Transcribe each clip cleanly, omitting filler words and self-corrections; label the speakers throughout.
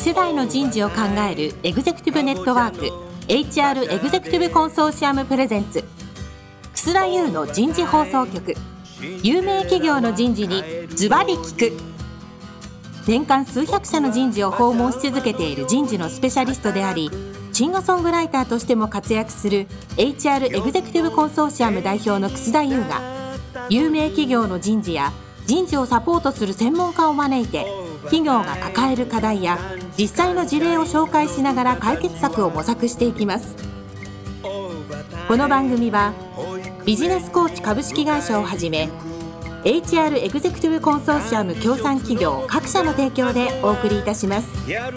Speaker 1: 世代の人事を考えるエグゼクティブネットワーク HR エグゼクティブコンソーシアムプレゼンツ楠田優の人事放送局。有名企業の人事にズバリ聞く。年間数百社の人事を訪問し続けている人事のスペシャリストであり、シンガーソングライターとしても活躍する HR エグゼクティブコンソーシアム代表の楠田優が、有名企業の人事や人事をサポートする専門家を招いて、企業が抱える課題や実際の事例を紹介しながら解決策を模索していきます。この番組はビジネスコーチ株式会社をはじめ HR エグゼクティブコンソーシアム協賛企業各社の提供でお送りいたします。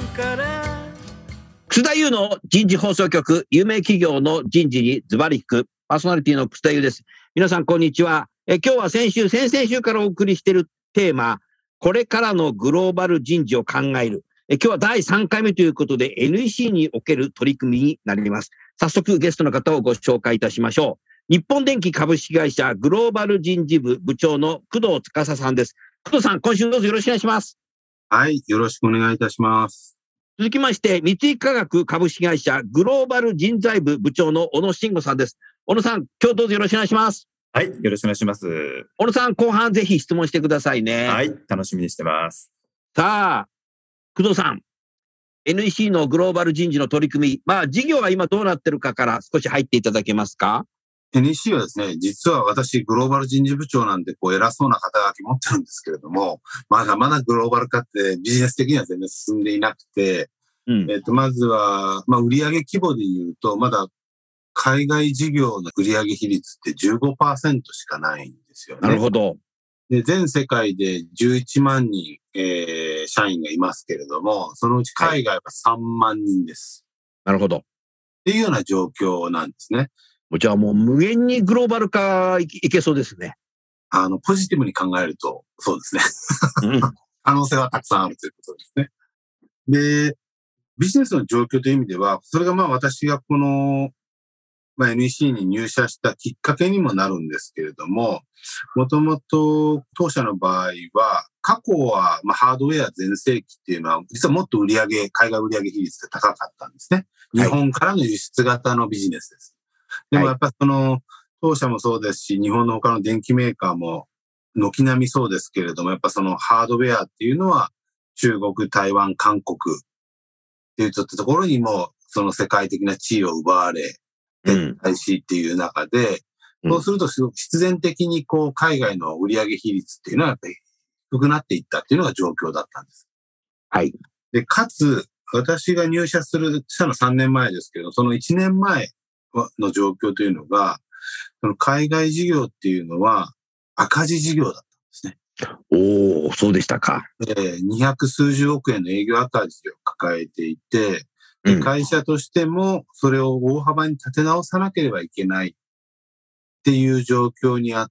Speaker 2: 楠田優の人事放送局、有名企業の人事にズバリ聞く。パーソナリティの楠田優です。皆さんこんにちは。今日は先々週からお送りしているテーマ、これからのグローバル人事を考える。今日は第3回目ということで NEC における取り組みになります。早速ゲストの方をご紹介いたしましょう。日本電機株式会社グローバル人事部部長の工藤司さんです。工藤さん、今週どうぞよろしくお願いします。
Speaker 3: はい、よろしくお願いいたします。
Speaker 2: 続きまして、三井化学株式会社グローバル人材部部長の小野慎吾さんです。小野さん、今日どうぞよろしくお願いします。
Speaker 4: はい、よろしくお願いします。
Speaker 2: 小野さん、後半ぜひ質問してくださいね。
Speaker 4: はい、楽しみにしてます。
Speaker 2: さあ、工藤さん、NEC のグローバル人事の取り組み、事業が今どうなってるかから少し入っていただけますか？
Speaker 3: NEC はですね、実は私、グローバル人事部長なんで、偉そうな肩書き持ってるんですけれども、まだまだグローバル化ってビジネス的には全然進んでいなくて、まずは、売上規模で言うと、まだ海外事業の売上比率って 15% しかないんですよね。
Speaker 2: なるほど。
Speaker 3: で、全世界で11万人、社員がいますけれども、そのうち海外は3万人です。
Speaker 2: なるほど。
Speaker 3: っていうような状況なんですね。
Speaker 2: じゃあもう無限にグローバル化いけそうですね。
Speaker 3: ポジティブに考えると、そうですね。可能性はたくさんあるということですね。で、ビジネスの状況という意味では、それが私がこの、NEC に入社したきっかけにもなるんですけれども、もともと当社の場合は、過去はハードウェア全盛期っていうのは、実はもっと海外売上比率って高かったんですね。日本からの輸出型のビジネスです。でもやっぱ当社もそうですし、日本の他の電機メーカーも軒並みそうですけれども、やっぱそのハードウェアっていうのは中国、台湾、韓国っていうところにもその世界的な地位を奪われ、撤退しっていう中で、そうすると必然的に海外の売上比率っていうのはやっぱり低くなっていったっていうのが状況だったんです。
Speaker 2: はい。
Speaker 3: で、かつ、私が入社したの3年前ですけど、その1年前の状況というのが、その海外事業っていうのは赤字事業だったんですね。
Speaker 2: おー、そうでしたか。
Speaker 3: 200数十億円の営業赤字を抱えていて、会社としてもそれを大幅に立て直さなければいけないっていう状況にあって、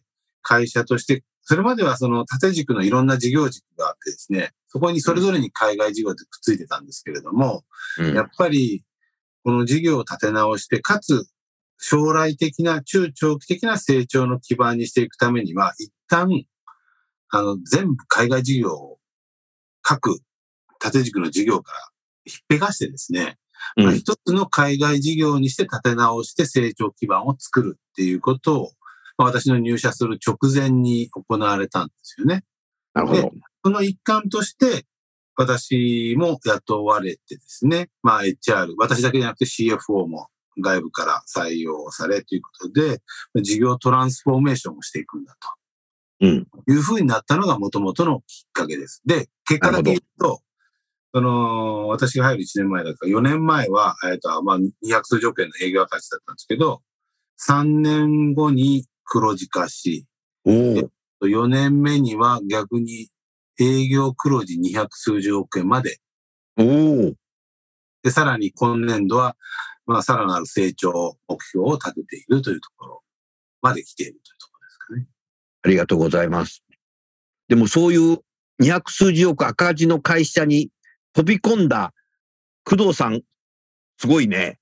Speaker 3: 会社として、それまではその縦軸のいろんな事業軸があってですね、そこにそれぞれに海外事業ってくっついてたんですけれども、やっぱりこの事業を立て直して、かつ将来的な中長期的な成長の基盤にしていくためには、一旦、全部海外事業を各縦軸の事業からひっぺがしてですね、一つの海外事業にして立て直して成長基盤を作るっていうことを、私の入社する直前に行われたんですよね。
Speaker 2: なるほど。
Speaker 3: で、その一環として、私も雇われてですね、HR、私だけじゃなくて CFO も外部から採用されということで、事業トランスフォーメーションをしていくんだと。いうふうになったのが元々のきっかけです。で、結果だけ言うと、私が入る1年前だから、4年前は、200数十億円の営業赤字だったんですけど、3年後に黒字化し、4年目には逆に営業黒字200数十億円まで。で、さらに今年度は、さらなる成長目標を立てているというところまで来ているというところですかね。
Speaker 2: ありがとうございます。でもそういう200数十億赤字の会社に飛び込んだ工藤さん、すごいね。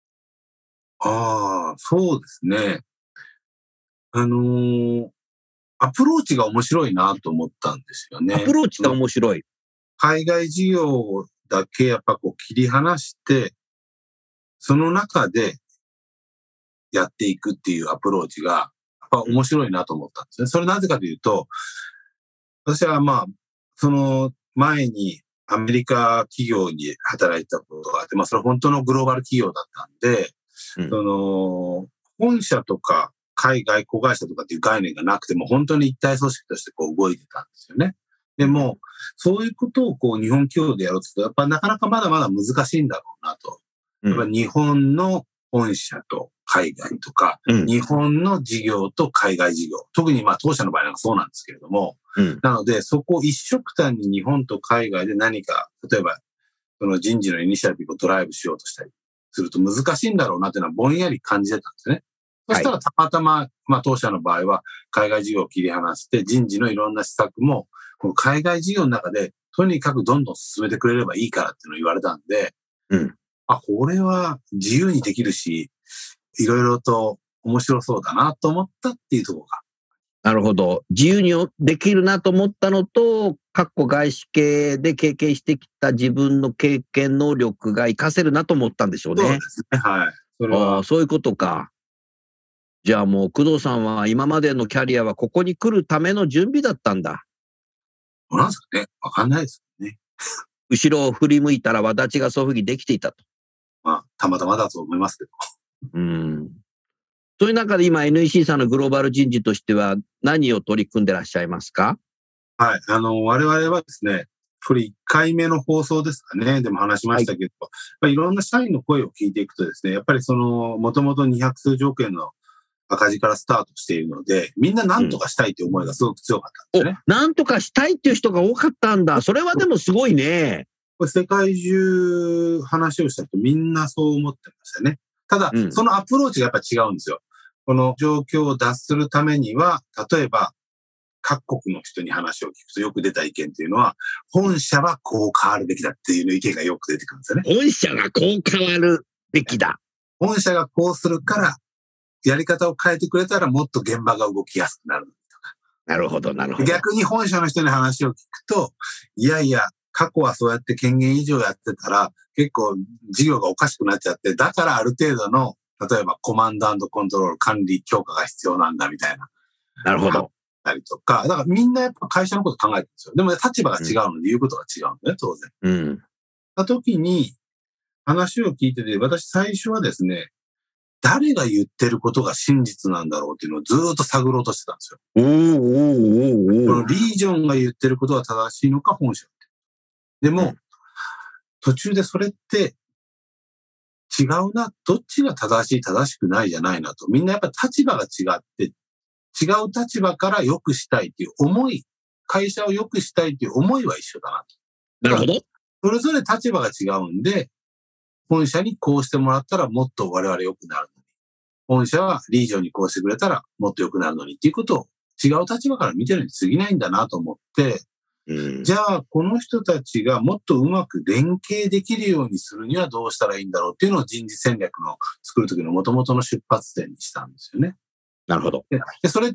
Speaker 3: そうですね。アプローチが面白いなと思ったんですよね。
Speaker 2: アプローチが面白い。
Speaker 3: 海外事業だけやっぱこう切り離して、その中でやっていくっていうアプローチが、やっぱ面白いなと思ったんですね。それなぜかというと、私はその前にアメリカ企業に働いたことがあって、それ本当のグローバル企業だったんで、本社とか海外子会社とかっていう概念がなくても、本当に一体組織としてこう動いてたんですよね。でも、そういうことをこう日本企業でやろうとすると、やっぱなかなかまだまだ難しいんだろうなと。やっぱ日本の本社と海外とか、日本の事業と海外事業、特に当社の場合なんかそうなんですけれども、なのでそこを一緒くたに日本と海外で何か、例えばその人事のイニシアティブをドライブしようとしたりすると難しいんだろうなっていうのはぼんやり感じてたんですね。そしたらたまたま、当社の場合は海外事業を切り離して人事のいろんな施策もこの海外事業の中でとにかくどんどん進めてくれればいいからっていうのを言われたんで、これは自由にできるし、いろいろと面白そうだなと思ったっていうところが。
Speaker 2: なるほど。自由にできるなと思ったのと、外資系で経験してきた自分の経験能力が活かせるなと思ったんでしょうね。
Speaker 3: そうですね。はい。それは
Speaker 2: そういうことか。じゃあもう工藤さんは今までのキャリアはここに来るための準備だったんだ。
Speaker 3: どうなんですかね。わかんないですよね。
Speaker 2: 後ろを振り向いたら轍がそういうふうにできていたと。
Speaker 3: たまたまだと思いますけど。
Speaker 2: そういう中で今 NEC さんのグローバル人事としては何を取り組んでらっしゃいますか？
Speaker 3: はい。我々はですね、これ1回目の放送ですかね。でも話しましたけど、いろんな社員の声を聞いていくとですね、やっぱりもともと200数条件の赤字からスタートしているので、みんな何とかしたいという思いがすごく強かったんですね。
Speaker 2: 何とかしたいっていう人が多かったんだ。それはでもすごいね。
Speaker 3: これ世界中話をした人みんなそう思ってましたね。ただ、そのアプローチがやっぱ違うんですよ。この状況を脱するためには、例えば、各国の人に話を聞くとよく出た意見っていうのは、本社はこう変わるべきだっていう意見がよく出てくるんですよね。
Speaker 2: 本社がこう変わるべきだ。
Speaker 3: 本社がこうするから、やり方を変えてくれたらもっと現場が動きやすくなるとか。
Speaker 2: なるほど、なるほど。
Speaker 3: 逆に本社の人に話を聞くと、いやいや、過去はそうやって権限以上やってたら、結構事業がおかしくなっちゃって、だからある程度の、例えばコマンド&コントロール、管理強化が必要なんだみたいな。
Speaker 2: なるほど。
Speaker 3: たりとか、だからみんなやっぱ会社のこと考えてるんですよ。でも立場が違うので言うことが違うんだね、当然。た時に話を聞いてて、私最初はですね、誰が言ってることが真実なんだろうっていうのをずっと探ろうとしてたんですよ。このリージョンが言ってることは正しいのか、本社って。でも、途中でそれって違うな、どっちが正しい、正しくないじゃないなと。みんなやっぱ立場が違って、違う立場から良くしたいっていう思い、会社を良くしたいっていう思いは一緒だなと。
Speaker 2: なるほど。
Speaker 3: それぞれ立場が違うんで、本社にこうしてもらったらもっと我々良くなるのに。本社はリージョンにこうしてくれたらもっと良くなるのにっていうことを違う立場から見てるに過ぎないんだなと思って、じゃあこの人たちがもっとうまく連携できるようにするにはどうしたらいいんだろうっていうのを人事戦略の作る時の元々の出発点にしたんですよね。
Speaker 2: なるほど。
Speaker 3: で、それって、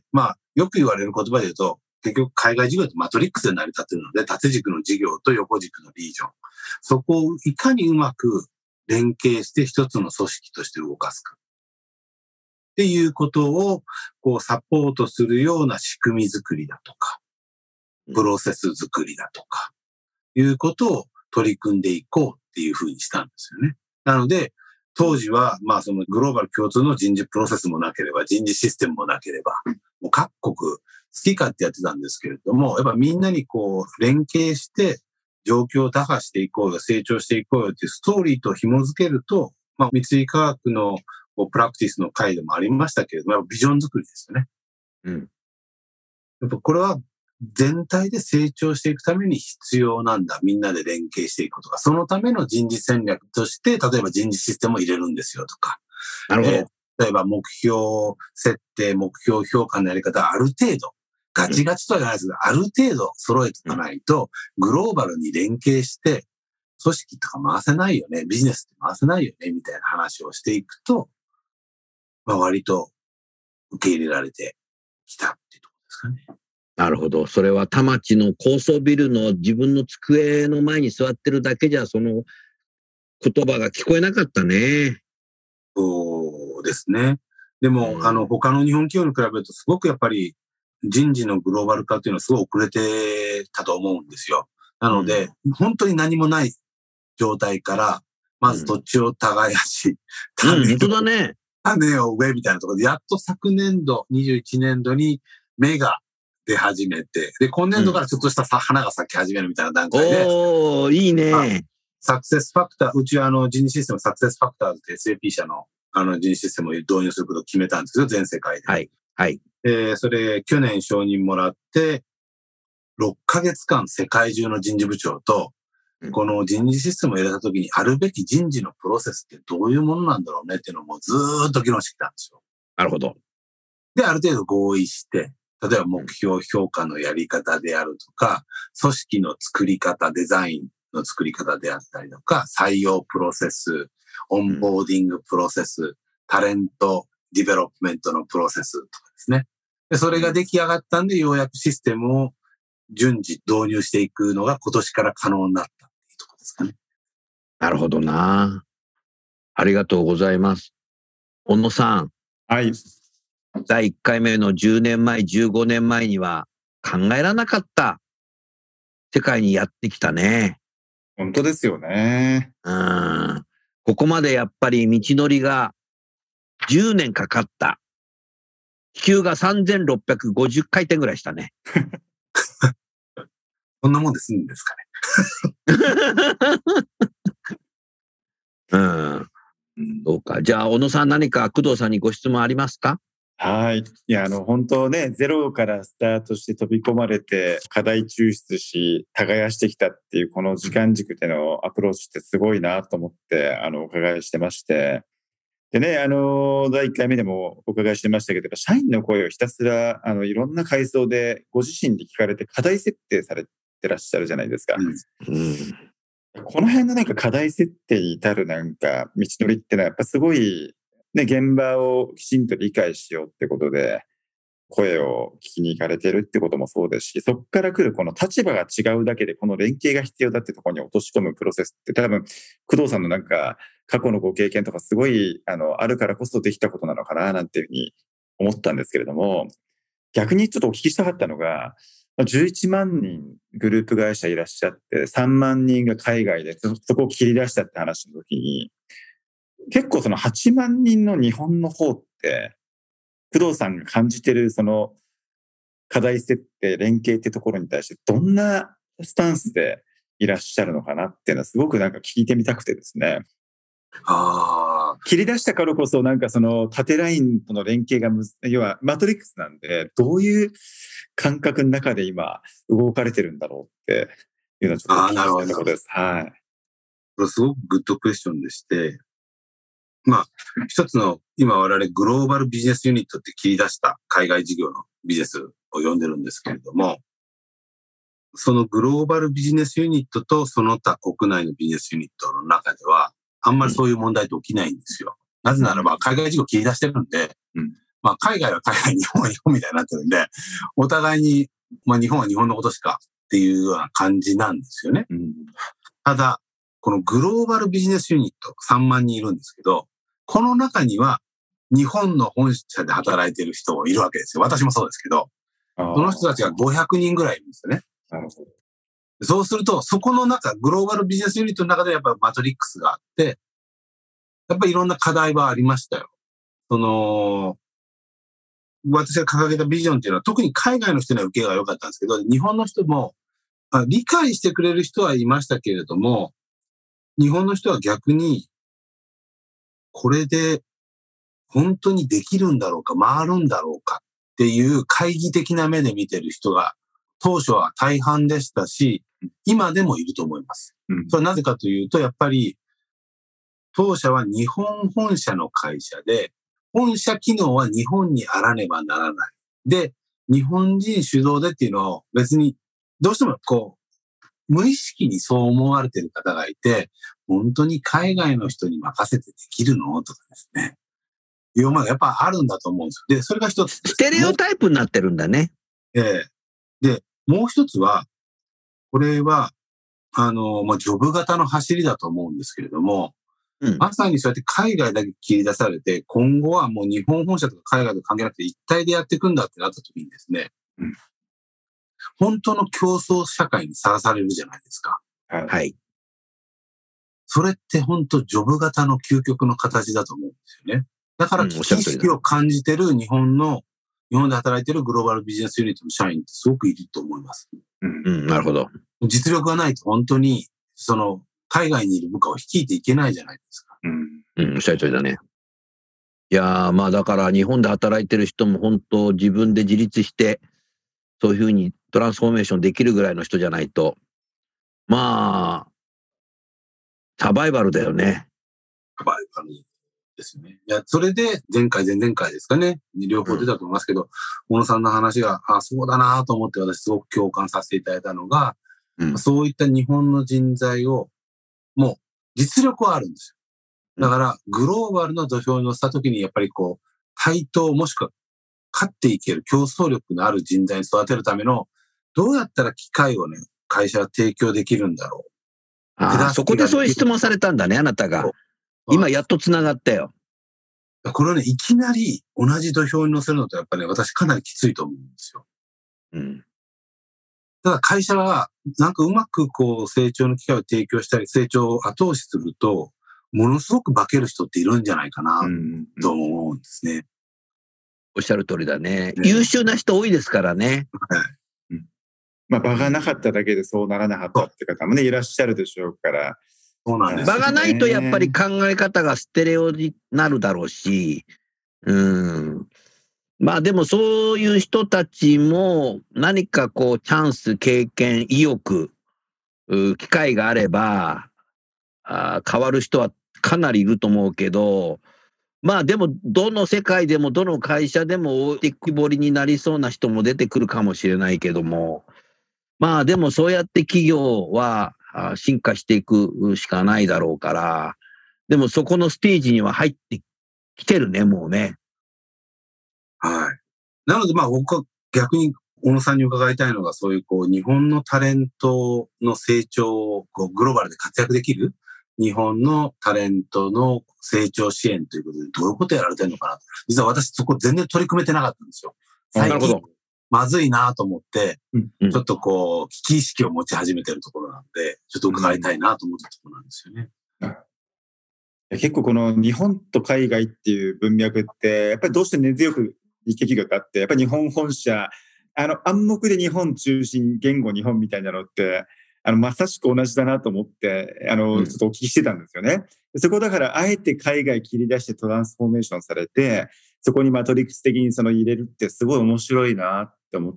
Speaker 3: よく言われる言葉で言うと、結局海外事業ってマトリックスで成り立っているので、縦軸の事業と横軸のリージョン。そこをいかにうまく連携して一つの組織として動かすか。っていうことを、サポートするような仕組み作りだとか、プロセス作りだとか、いうことを取り組んでいこうっていうふうにしたんですよね。なので、当時は、そのグローバル共通の人事プロセスもなければ、人事システムもなければ、もう各国好き勝手やってたんですけれども、やっぱみんなに連携して、状況を打破していこうよ、成長していこうよっていうストーリーと紐づけると、三井化学のプラクティスの回でもありましたけれども、やっぱビジョン作りですよね。やっぱこれは全体で成長していくために必要なんだ。みんなで連携していくことが。そのための人事戦略として、例えば人事システムを入れるんですよとか。
Speaker 2: なるほど。
Speaker 3: 例えば目標設定、目標評価のやり方、ある程度、ガチガチとは言わないですけど、ある程度揃えておかないと、グローバルに連携して、組織とか回せないよね、ビジネスって回せないよね、みたいな話をしていくと、割と受け入れられてきたっていうところですかね。
Speaker 2: なるほど。それは田町の高層ビルの自分の机の前に座ってるだけじゃ、その言葉が聞こえなかったね。
Speaker 3: そうですね。でも、他の日本企業に比べると、すごくやっぱり人事のグローバル化っていうのはすごい遅れてたと思うんですよ。なので、本当に何もない状態から、まず土地を耕し、
Speaker 2: 本当だね。
Speaker 3: 種を植えみたいなところで、やっと昨年度、21年度に芽が出始めて、で、今年度からちょっとした花が咲き始めるみたいな段階で。
Speaker 2: おー、いいね。
Speaker 3: サクセスファクター、うちは人事システムサクセスファクターズって SAP 社の人事システムを導入することを決めたんですけど、全世界で。
Speaker 2: はい。はい。
Speaker 3: それ、去年承認もらって、6ヶ月間世界中の人事部長と、この人事システムを入れたときにあるべき人事のプロセスってどういうものなんだろうねっていうのをもうずーっと議論してきたんですよ。
Speaker 2: なるほど。
Speaker 3: で、ある程度合意して、例えば目標評価のやり方であるとか、組織の作り方、デザインの作り方であったりとか、採用プロセス、オンボーディングプロセス、タレントディベロップメントのプロセスとかですね。で、それが出来上がったんで、ようやくシステムを順次導入していくのが今年から可能になったっていうところですかね。
Speaker 2: なるほどな。ありがとうございます。小野さん。
Speaker 4: はい。
Speaker 2: 第1回目の10年前、15年前には考えられなかった世界にやってきたね。
Speaker 4: 本当ですよね。
Speaker 2: ここまでやっぱり道のりが10年かかった。地球が3650回転ぐらいしたね。
Speaker 3: こんなもんで済むんですかね。
Speaker 2: そうか。じゃあ、小野さん何か工藤さんにご質問ありますか？
Speaker 4: はい。いや、本当ね、ゼロからスタートして飛び込まれて、課題抽出し、耕してきたっていう、この時間軸でのアプローチってすごいなと思って、お伺いしてまして。でね、第1回目でもお伺いしてましたけど、社員の声をひたすら、いろんな階層でご自身で聞かれて課題設定されてらっしゃるじゃないですか。この辺のなんか課題設定に至るなんか道のりってのはやっぱすごいね、現場をきちんと理解しようってことで声を聞きに行かれてるってこともそうですし、そこから来るこの立場が違うだけでこの連携が必要だってところに落とし込むプロセスって多分工藤さんのなんか過去のご経験とかすごいあるからこそできたことなのかななんていうふうに思ったんですけれども、逆にちょっとお聞きしたかったのが、11万人グループ会社いらっしゃって3万人が海外でそこを切り出したって話の時に、結構その8万人の日本の方って工藤さんが感じてるその課題設定、連携ってところに対してどんなスタンスでいらっしゃるのかなっていうのはすごくなんか聞いてみたくてですね。切り出したからこそなんかその縦ラインとの連携が要はマトリックスなんで、どういう感覚の中で今動かれてるんだろうっていうのはちょっと聞きたいところです。はい。
Speaker 3: これすごくグッドクエスチョンでして、一つの今我々グローバルビジネスユニットって切り出した海外事業のビジネスを呼んでるんですけれども、そのグローバルビジネスユニットとその他国内のビジネスユニットの中では、あんまりそういう問題って起きないんですよ。なぜならば海外事業切り出してるんで、海外は海外、日本は日本みたいになってるんで、お互いに、日本は日本のことしかっていうような感じなんですよね。ただ、このグローバルビジネスユニット3万人いるんですけど、この中には日本の本社で働いている人もいるわけですよ。私もそうですけど、その人たちが500人ぐらいいるんですよね。そうすると、そこの中、グローバルビジネスユニットの中でやっぱりマトリックスがあって、やっぱりいろんな課題はありましたよ。私が掲げたビジョンっていうのは特に海外の人には受けが良かったんですけど、日本の人も理解してくれる人はいましたけれども、日本の人は逆に、これで本当にできるんだろうか、回るんだろうかっていう懐疑的な目で見てる人が当初は大半でしたし、今でもいると思います。それはなぜかというと、やっぱり当社は日本本社の会社で、本社機能は日本にあらねばならない。で、日本人主導でっていうのを別にどうしても無意識にそう思われている方がいて、本当に海外の人に任せてできるのとかですね。いう思いがやっぱあるんだと思うんですよ。で、それが一つ。
Speaker 2: ステレオタイプになってるんだね。
Speaker 3: で、もう一つは、これは、ジョブ型の走りだと思うんですけれども、まさにそうやって海外だけ切り出されて、今後はもう日本本社とか海外と関係なくて一体でやっていくんだってなった時にですね、本当の競争社会にさらされるじゃないですか。
Speaker 2: はい。
Speaker 3: それって本当ジョブ型の究極の形だと思うんですよね。だから危機意識を感じてる日本で働いてるグローバルビジネスユニットの社員ってすごくいると思います。
Speaker 2: なるほど。
Speaker 3: 実力がないと本当に、海外にいる部下を率いていけないじゃないですか。
Speaker 2: おっしゃる通りだね。いやー、まあだから日本で働いてる人も本当自分で自立して、そういうふうにトランスフォーメーションできるぐらいの人じゃないと、まあ、サバイバルだよね。
Speaker 3: サバイバルですね。いや、それで前回、前々回ですかね。両方出たと思いますけど、小野さんの話が、そうだなと思って私すごく共感させていただいたのが、そういった日本の人材を、もう実力はあるんですよ。だから、グローバルの土俵に乗せたときに、やっぱり対等もしくは勝っていける競争力のある人材に育てるための、どうやったら機会をね、会社は提供できるんだろう。
Speaker 2: そこでそういう質問されたんだね、あなたが。今やっと繋がったよ。
Speaker 3: これをね、いきなり同じ土俵に乗せるのとやっぱね、私かなりきついと思うんですよ。ただ会社は、なんかうまく成長の機会を提供したり、成長を後押しすると、ものすごく化ける人っているんじゃないかな、と思うんですね。
Speaker 2: おっしゃる通りだね。優秀な人多いですからね。
Speaker 4: 場がなかっただけでそうならなかったって方もね、いらっしゃるでしょうから。
Speaker 3: そうなんです。
Speaker 2: 場がないとやっぱり考え方がステレオになるだろうし、まあでもそういう人たちも何かチャンス、経験、意欲、機会があれば変わる人はかなりいると思うけど、まあでもどの世界でもどの会社でも置いてきぼりになりそうな人も出てくるかもしれないけども、まあでもそうやって企業は進化していくしかないだろうから、でもそこのステージには入ってきてるね、もうね。
Speaker 3: はい。なので僕は逆に小野さんに伺いたいのが、そういう日本のタレントの成長をグローバルで活躍できる日本のタレントの成長支援ということでどういうことやられてるのかなと。実は私そこ全然取り組めてなかったんですよ。最近まずいなと思って、ちょっと危機意識を持ち始めてるところなんで、ちょっと伺いたいなと思ったところなんですよね。
Speaker 4: 結構この日本と海外っていう文脈って、やっぱりどうして根強く日系企業があって、やっぱり日本本社、暗黙で日本中心、言語日本みたいなのって、まさしく同じだなと思って、ちょっとお聞きしてたんですよね。そこだから、あえて海外切り出してトランスフォーメーションされて、そこにマトリックス的に入れるってすごい面白いなって思って、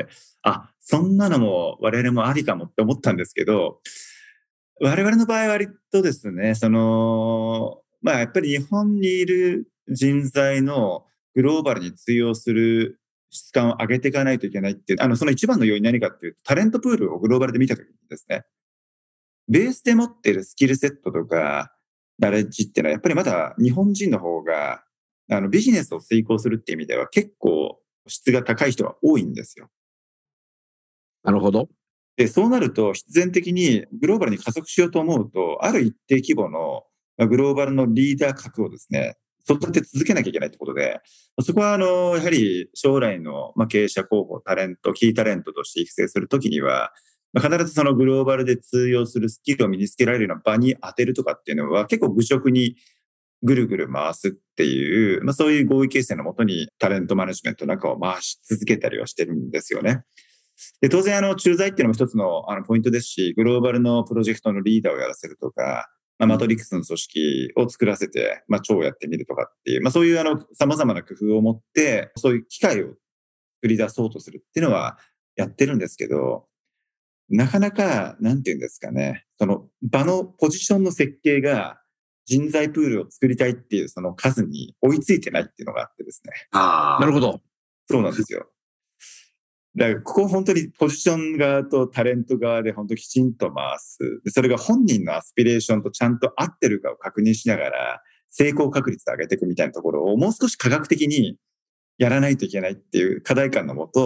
Speaker 4: そんなのも我々もありかもって思ったんですけど、我々の場合は割とですね、やっぱり日本にいる人材のグローバルに通用する質感を上げていかないといけないっていう、その一番の要因何かっていうと、タレントプールをグローバルで見たときにですね、ベースで持っているスキルセットとか、ナレッジっていうのはやっぱりまだ日本人の方が、ビジネスを遂行するっていう意味では結構質が高い人が多いんですよ。
Speaker 2: なるほど。
Speaker 4: で、そうなると必然的にグローバルに加速しようと思うと、ある一定規模のグローバルのリーダー格をですね、育て続けなきゃいけないってことで、そこはやはり将来の経営者候補、タレント、キータレントとして育成するときには、必ずそのグローバルで通用するスキルを身につけられるような場に当てるとかっていうのは結構愚直にぐるぐる回すっていう、そういう合意形成のもとにタレントマネジメントなんかを回し続けたりはしてるんですよね。で、当然駐在っていうのも一つのポイントですし、グローバルのプロジェクトのリーダーをやらせるとか、マトリックスの組織を作らせて、超やってみるとかっていう、そういう様々な工夫を持って、そういう機会を作り出そうとするっていうのはやってるんですけど、なかなか、なんていうんですかね、その場のポジションの設計が人材プールを作りたいっていうその数に追いついてないっていうのがあってですね。
Speaker 2: なるほど。
Speaker 4: そうなんですよ。だからここ本当にポジション側とタレント側で本当きちんと回す。それが本人のアスピレーションとちゃんと合ってるかを確認しながら成功確率を上げていくみたいなところをもう少し科学的にやらないといけないっていう課題感のもと、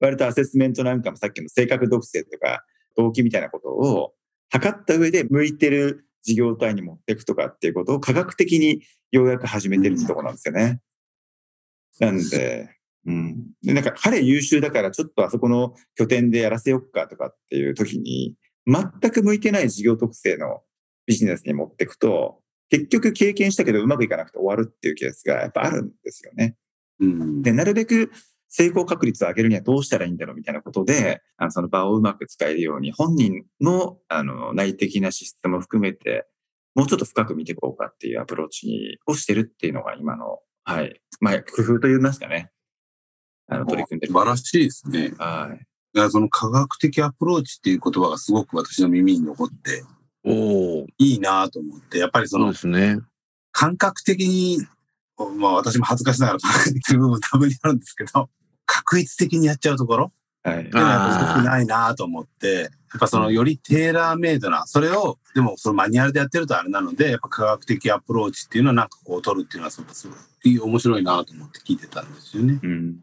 Speaker 4: 割とアセスメントなんかもさっきの性格特性とか動機みたいなことを測った上で向いてる事業体に持っていくとかっていうことを科学的にようやく始めてるってところなんですよね。なんで、で、なんか彼優秀だからちょっとあそこの拠点でやらせよっかとかっていう時に、全く向いてない事業特性のビジネスに持っていくと、結局経験したけどうまくいかなくて終わるっていうケースがやっぱあるんですよね。で、なるべく成功確率を上げるにはどうしたらいいんだろうみたいなことで、その場をうまく使えるように本人の内的な資質も含めて、もうちょっと深く見ていこうかっていうアプローチをしてるっていうのが今の、はい。まあ、工夫と言いますかね。取り組んでる。
Speaker 3: 素晴らしいですね。
Speaker 4: はい。
Speaker 3: だからその科学的アプローチっていう言葉がすごく私の耳に残って、いいなと思って、やっぱりその、感覚的に、まあ私も恥ずかしながら考えてきてる部分多分にあるんですけど、確率的にやっちゃうところ、はい。っていうのはやっぱ良くないなと思って、やっぱそのよりテーラーメイドな、それを、でもそのマニュアルでやってるとあれなので、やっぱ科学的アプローチっていうのはなんかこう取るっていうのはすごい面白いなと思って聞いてたんですよね。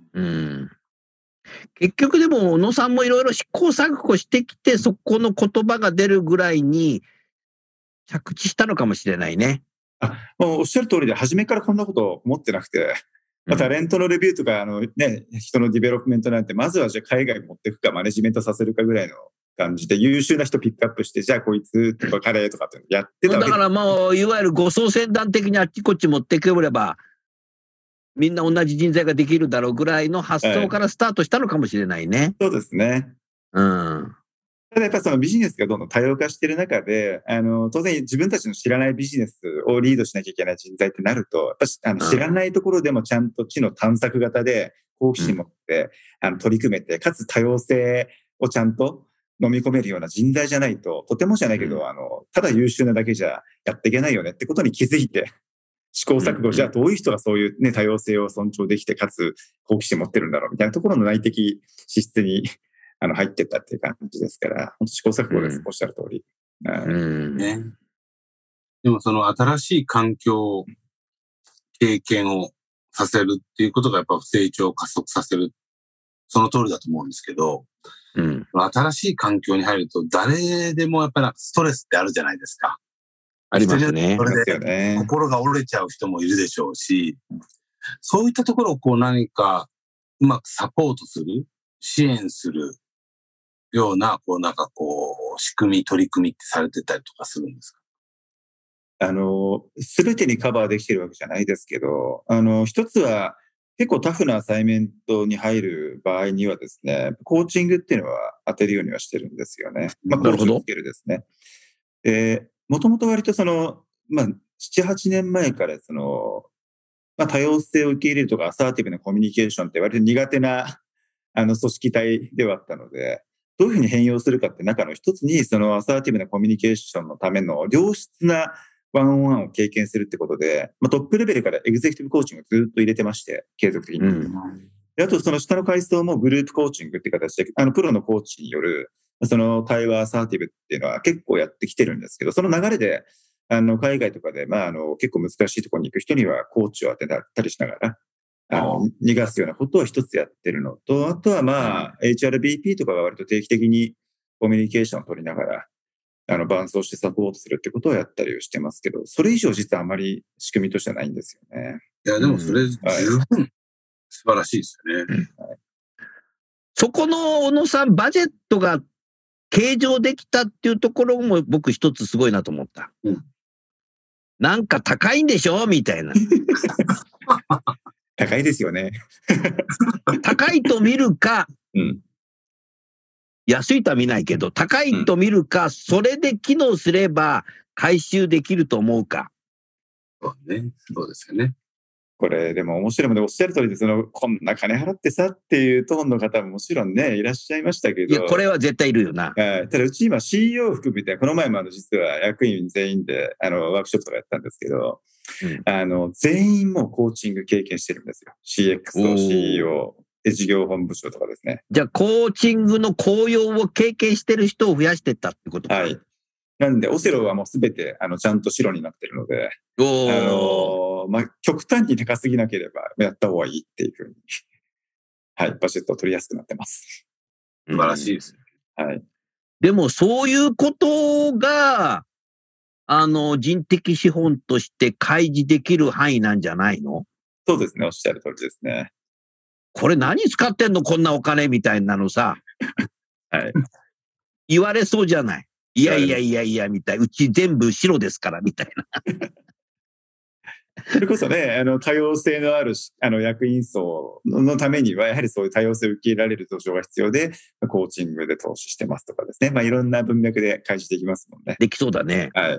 Speaker 2: 結局でも小野さんもいろいろ試行錯誤してきて、そこの言葉が出るぐらいに着地したのかもしれないね。
Speaker 4: もうおっしゃる通りで、初めからこんなこと思ってなくて、タレントのレビューとか、人のディベロップメントなんて、まずはじゃあ海外持っていくか、マネジメントさせるかぐらいの感じで、優秀な人ピックアップして、じゃあこいつとか彼とかってやってたわけ
Speaker 2: だからもう、いわゆる護送船団的にあっちこっち持っていければ、みんな同じ人材ができるだろうぐらいの発想からスタートしたのかもしれないね。
Speaker 4: そうですね。ただやっぱりそのビジネスがどんどん多様化している中で、当然自分たちの知らないビジネスをリードしなきゃいけない人材ってなると、やっぱ知らないところでもちゃんと知の探索型で好奇心持って取り組めて、かつ多様性をちゃんと飲み込めるような人材じゃないと、とてもじゃないけど、ただ優秀なだけじゃやっていけないよねってことに気づいて、試行錯誤、じゃあどういう人がそういうね、多様性を尊重できて、かつ好奇心持ってるんだろうみたいなところの内的資質に入ってったっていう感じですから、本当試行錯誤です、おっしゃる通り。
Speaker 3: ね。でもその新しい環境、経験をさせるっていうことがやっぱ成長を加速させる。その通りだと思うんですけど、新しい環境に入ると誰でもやっぱりストレスってあるじゃないですか。
Speaker 2: ありますね。
Speaker 3: それで心が折れちゃう人もいるでしょうし、そういったところをこう何かうまくサポートする、支援するような、こうなんかこう、仕組み、取り組みってされてたりとかするんですか？
Speaker 4: すべてにカバーできてるわけじゃないですけど、一つは結構タフなアサイメントに入る場合にはですね、コーチングっていうのは当てるようにはしてるんですよね。コーチをつけるですね。もともと割と7、8年前から多様性を受け入れるとかアサーティブなコミュニケーションって割と苦手な組織体ではあったので、どういうふうに変容するかって中の一つに、そのアサーティブなコミュニケーションのための良質なワンオンワンを経験するってことで、トップレベルからエグゼクティブコーチングをずっと入れてまして、継続的に。であとその下の階層もグループコーチングっていう形で、プロのコーチによるその対話アサーティブっていうのは結構やってきてるんですけど、その流れで、海外とかで、結構難しいところに行く人にはコーチを当てたりしながら、逃がすようなことを一つやってるのと、あとはHRBP とかが割と定期的にコミュニケーションを取りながら、伴走してサポートするってことをやったりをしてますけど、それ以上実はあまり仕組みとしてはないんですよね。
Speaker 3: いや、でもそれ十分素晴らしいですよね。
Speaker 2: そこの小野さん、バジェットが計上できたっていうところも僕一つすごいなと思った。なんか高いんでしょみたいな。
Speaker 4: 高いですよね。
Speaker 2: 高いと見るか、安いとは見ないけど、高いと見るか、それで機能すれば回収できると思うか。
Speaker 3: そうね。そうですよね。
Speaker 4: これ、でも面白いもんで、おっしゃる通りで、こんな金払ってさっていうトーンの方ももちろんね、いらっしゃいましたけど。
Speaker 2: いや、これは絶対いるよな。
Speaker 4: ただ、うち今 CEO を含めて、この前も実は役員全員で、ワークショップとかやったんですけど、全員もうコーチング経験してるんですよ。CX と CEO、事業本部長とかですね。
Speaker 2: じゃあ、コーチングの効用を経験してる人を増やしてったってことか。
Speaker 4: はい。なんで、オセロはもうすべて、ちゃんと白になってるので、極端に高すぎなければやった方がいいっていうふうにはい、バジェットを取りやすくなってます。
Speaker 3: 素晴らしいですね。
Speaker 4: はい。
Speaker 2: でもそういうことが、人的資本として開示できる範囲なんじゃないの？
Speaker 4: そうですね、おっしゃる通りですね。
Speaker 2: これ何使ってんのこんなお金みたいなのさ。
Speaker 4: はい。
Speaker 2: 言われそうじゃない。いやいやいやいや、みたいな。うち全部白ですから、みたいな。
Speaker 4: それこそね、多様性のある役員層のためには、やはりそういう多様性を受け入れられる土壌が必要で、コーチングで投資してますとかですね。いろんな文脈で開示できますもんね。
Speaker 2: できそうだね。
Speaker 4: はい。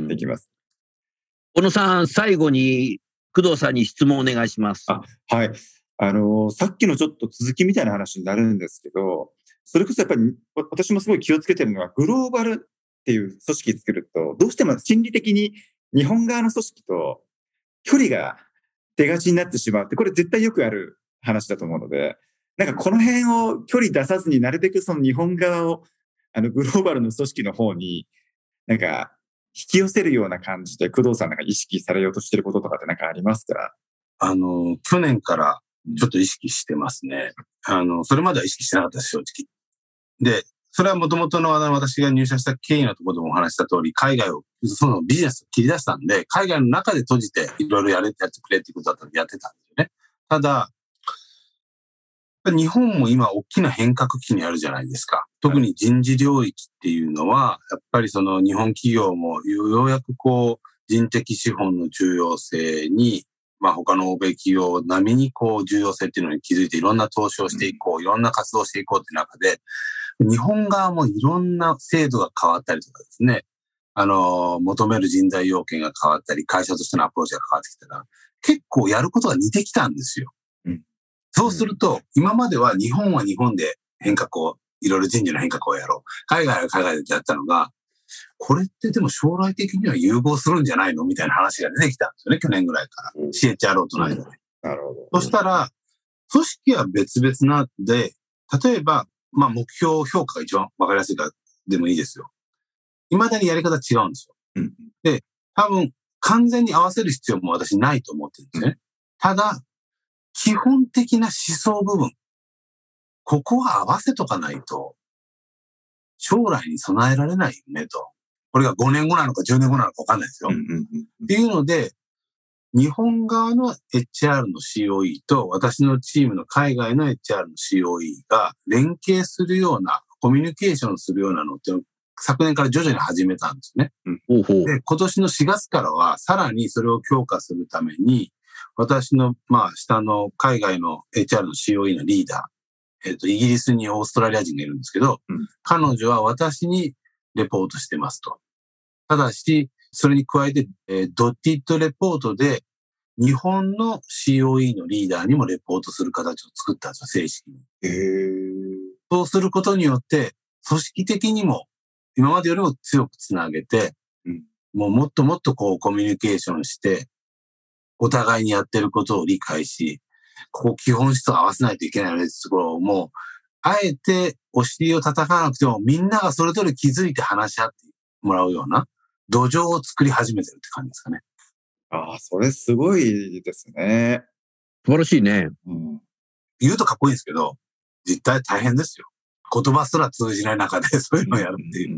Speaker 4: できます。
Speaker 2: 小野さん、最後に工藤さんに質問お願いします。
Speaker 4: はい。さっきのちょっと続きみたいな話になるんですけど、それこそやっぱり私もすごい気をつけてるのは、グローバルっていう組織作ると、どうしても心理的に日本側の組織と距離が出がちになってしまうって、これ絶対よくある話だと思うので、なんかこの辺を距離出さずになるべくその日本側をグローバルの組織の方になんか引き寄せるような感じで工藤さんなんか意識されようとしてることとかってなんかありますか？
Speaker 3: 去年からちょっと意識してますね。それまでは意識してなかったです、正直。で、それはもともとの私が入社した経緯のところでもお話した通り、海外を、そのビジネスを切り出したんで、海外の中で閉じていろいろやってくれっていうことだったんでやってたんですよね。ただ、日本も今大きな変革期にあるじゃないですか。特に人事領域っていうのは、やっぱりその日本企業もようやく人的資本の重要性に、他の欧米企業並みに重要性っていうのに気づいていろんな投資をしていこう、いろんな活動をしていこうっていう中で、日本側もいろんな制度が変わったりとかですね、求める人材要件が変わったり、会社としてのアプローチが変わってきたら、結構やることが似てきたんですよ。そうすると、今までは日本は日本でいろいろ人事の変革をやろう。海外は海外でやったのが、これってでも将来的には融合するんじゃないのみたいな話が出てきたんですよね、去年ぐらいから。CHRO との間で。
Speaker 4: なるほど。
Speaker 3: そしたら、組織は別々なんで、例えば、目標評価が一番わかりやすいからでもいいですよ。未だにやり方違うんですよ。で、多分、完全に合わせる必要も私ないと思ってるんですね。ただ、基本的な思想部分、ここは合わせとかないと、将来に備えられないよねと。これが5年後なのか10年後なのかわかんないですよ。っていうので、日本側の HR の COE と私のチームの海外の HR の COE が連携するような、コミュニケーションするようなのって昨年から徐々に始めたんですね。で、今年の4月からはさらにそれを強化するために、私の、下の海外の HR の COE のリーダー、イギリスにオーストラリア人がいるんですけど、彼女は私にレポートしてますと。ただし、それに加えて、ドッティットレポートで、日本の COE のリーダーにもレポートする形を作ったんですよ、正式に。そうすることによって、組織的にも、今までよりも強くつなげて、もっともっとコミュニケーションして、お互いにやってることを理解し、ここ基本質を合わせないといけないので、ところをもう、あえてお尻を叩かなくても、みんながそれぞれ気づいて話し合ってもらうような土壌を作り始めてるって感じですかね。
Speaker 4: それすごいですね。
Speaker 2: 素晴らしいね。
Speaker 3: 言うとかっこいいんですけど、実態大変ですよ。言葉すら通じない中でそういうのをやるっていう。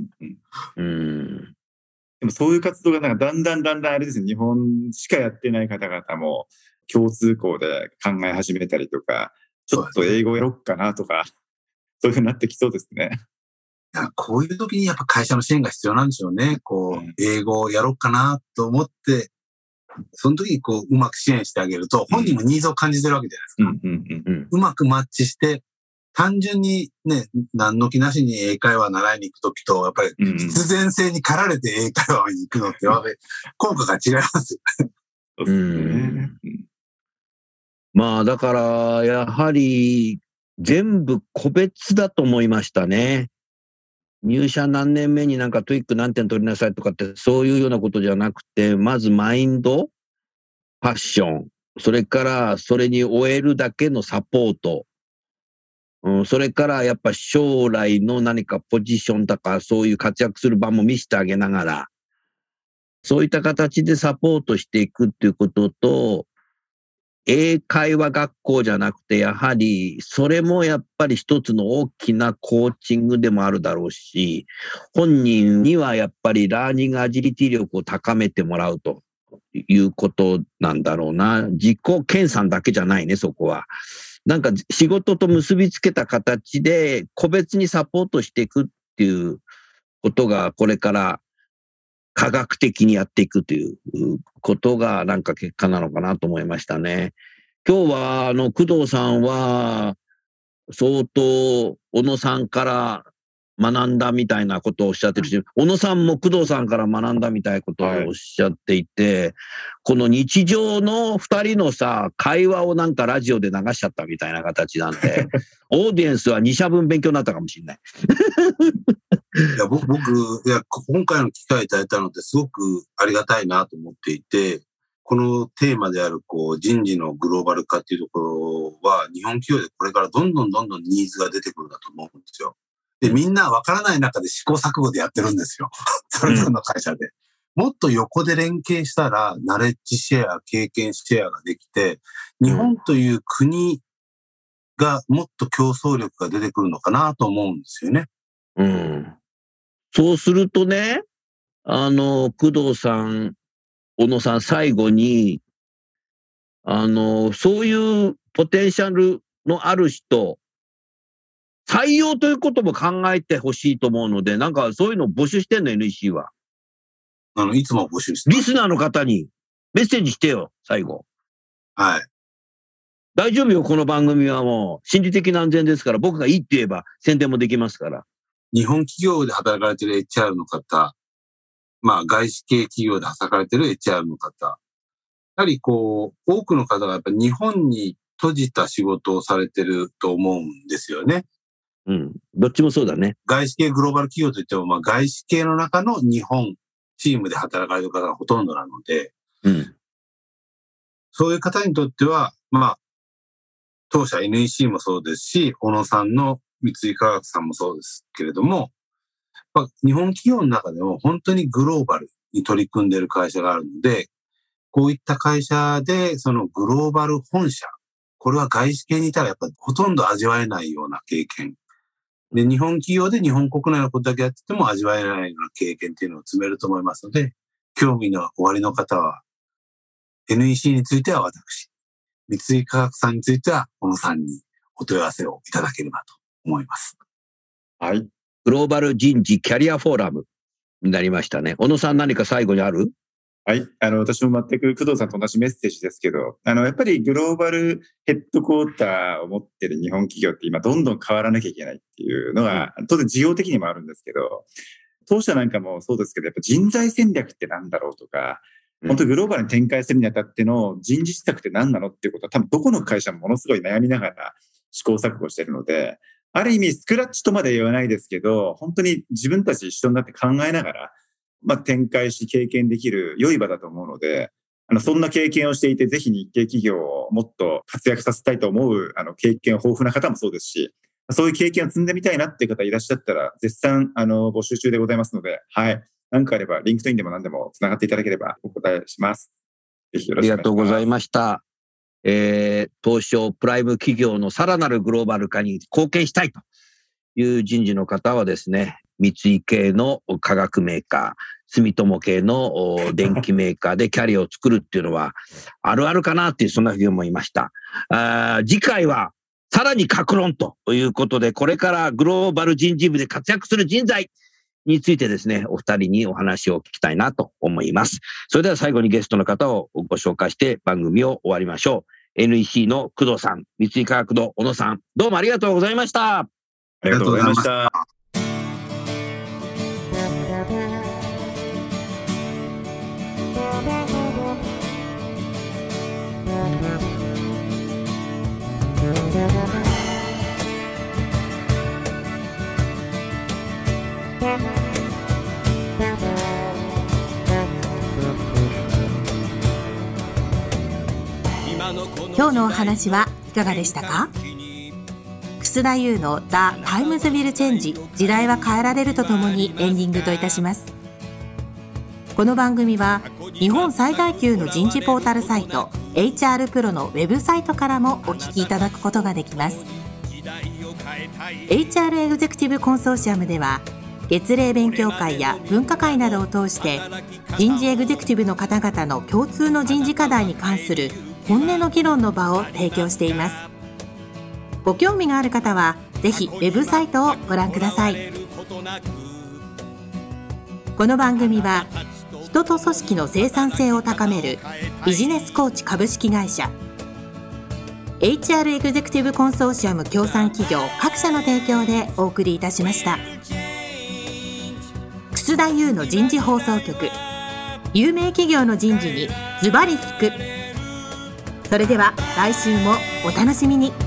Speaker 4: でもそういう活動がなんかだんだんあれですね、日本しかやってない方々も共通項で考え始めたりとか、ちょっと英語やろっかなとか、そういうふうになってきそうですね。
Speaker 3: こういう時にやっぱ会社の支援が必要なんでしょうね。英語をやろうかなと思って、その時にうまく支援してあげると、本人もニーズを感じてるわけじゃないですか。うまくマッチして、単純にね、何の気なしに英会話習いに行くときと、やっぱり必然性に駆られて英会話に行くのって、効果が違いますよね。
Speaker 2: だから、やはり、全部個別だと思いましたね。入社何年目になんかトイック何点取りなさいとかって、そういうようなことじゃなくて、まずマインド、パッション、それからそれに終えるだけのサポート、それからやっぱ将来の何かポジションとかそういう活躍する場も見せてあげながら、そういった形でサポートしていくっていうことと、 英会話学校じゃなくて、やはりそれもやっぱり一つの大きなコーチングでもあるだろうし、本人にはやっぱりラーニングアジリティ力を高めてもらうということなんだろうな。自己研鑽だけじゃないね、そこは。なんか仕事と結びつけた形で個別にサポートしていくっていうことがこれから科学的にやっていくということがなんか結果なのかなと思いましたね。今日は工藤さんは相当小野さんから学んだみたいなことをおっしゃってるし、小野さんも工藤さんから学んだみたいなことをおっしゃっていて、この日常の二人のさ、会話をなんかラジオで流しちゃったみたいな形なんで、オーディエンスは2社分勉強になったかもしれない。
Speaker 3: いや、僕、今回の機会いただいたのってすごくありがたいなと思っていて、このテーマである、人事のグローバル化っていうところは、日本企業でこれからどんどんニーズが出てくるんだと思うんですよ。で、みんなわからない中で試行錯誤でやってるんですよ。それぞれの会社で。もっと横で連携したら、ナレッジシェア、経験シェアができて、日本という国がもっと競争力が出てくるのかなと思うんですよね。
Speaker 2: うん。そうするとね、工藤さん、小野さん、最後に、そういうポテンシャルのある人、採用ということも考えてほしいと思うので、なんかそういうのを募集してんの、NEC は。
Speaker 3: いつも募集してます。
Speaker 2: リスナーの方にメッセージしてよ、最後。
Speaker 3: はい。
Speaker 2: 大丈夫よ、この番組はもう、心理的な安全ですから、僕がいいって言えば宣伝もできますから。
Speaker 3: 日本企業で働かれている HR の方、外資系企業で働かれている HR の方、やはり多くの方がやっぱり日本に閉じた仕事をされてると思うんですよね。
Speaker 2: うん。どっちもそうだね。
Speaker 3: 外資系グローバル企業といっても、外資系の中の日本チームで働かれる方がほとんどなので、
Speaker 2: うん。
Speaker 3: そういう方にとっては、当社 NEC もそうですし、小野さんの三井化学さんもそうですけれども、日本企業の中でも本当にグローバルに取り組んでいる会社があるので、こういった会社でそのグローバル本社、これは外資系にいたらやっぱりほとんど味わえないような経験。で、日本企業で日本国内のことだけやってても味わえないような経験っていうのを積めると思いますので、興味のおありの方は、NEC については私、三井化学さんについては小野さんにお問い合わせをいただければと思います。
Speaker 2: はい。グローバル人事キャリアフォーラムになりましたね。小野さん、何か最後にある？
Speaker 4: はい。私も全く工藤さんと同じメッセージですけど、やっぱりグローバルヘッドクォーターを持ってる日本企業って今どんどん変わらなきゃいけないっていうのが、当然事業的にもあるんですけど、当社なんかもそうですけど、やっぱ人材戦略って何だろうとか、本当グローバルに展開するにあたっての人事施策って何なのっていうことは多分どこの会社もものすごい悩みながら試行錯誤しているので、ある意味スクラッチとまで言わないですけど、本当に自分たち一緒になって考えながら、展開し経験できる良い場だと思うので、そんな経験をしていて、ぜひ日系企業をもっと活躍させたいと思う、経験豊富な方もそうですし、そういう経験を積んでみたいなっていう方いらっしゃったら、絶賛、募集中でございますので、はい。何かあれば、リンクトインでも何でもつながっていただければお答えします。ぜひよろしくお願いします。
Speaker 2: ありがとうございました。東証プライム企業のさらなるグローバル化に貢献したいという人事の方はですね、三井系の化学メーカー、住友系の電機メーカーでキャリアを作るっていうのはあるあるかなっていう、そんなふうに思いました。次回はさらに各論ということで、これからグローバル人事部で活躍する人材についてですね、お二人にお話を聞きたいなと思います。それでは最後にゲストの方をご紹介して番組を終わりましょう。NEC の工藤さん、三井化学の小野さん、どうもありがとうございました。
Speaker 4: ありがとうございました。
Speaker 1: 今日のお話はいかがでしたか？楠田優の The Times Will Change 時代は変えられるとともにエンディングといたします。この番組は日本最大級の人事ポータルサイト HR プロのウェブサイトからもお聞きいただくことができます。 HR エグゼクティブコンソーシアムでは月例勉強会や分科会などを通して人事エグゼクティブの方々の共通の人事課題に関する本音の議論の場を提供しています。ご興味がある方はぜひウェブサイトをご覧ください。この番組は人と組織の生産性を高めるビジネスコーチ株式会社 HR エグゼクティブコンソーシアム協賛企業各社の提供でお送りいたしました。楠田優の人事放送局、有名企業の人事にズバリ聞く。それでは来週もお楽しみに。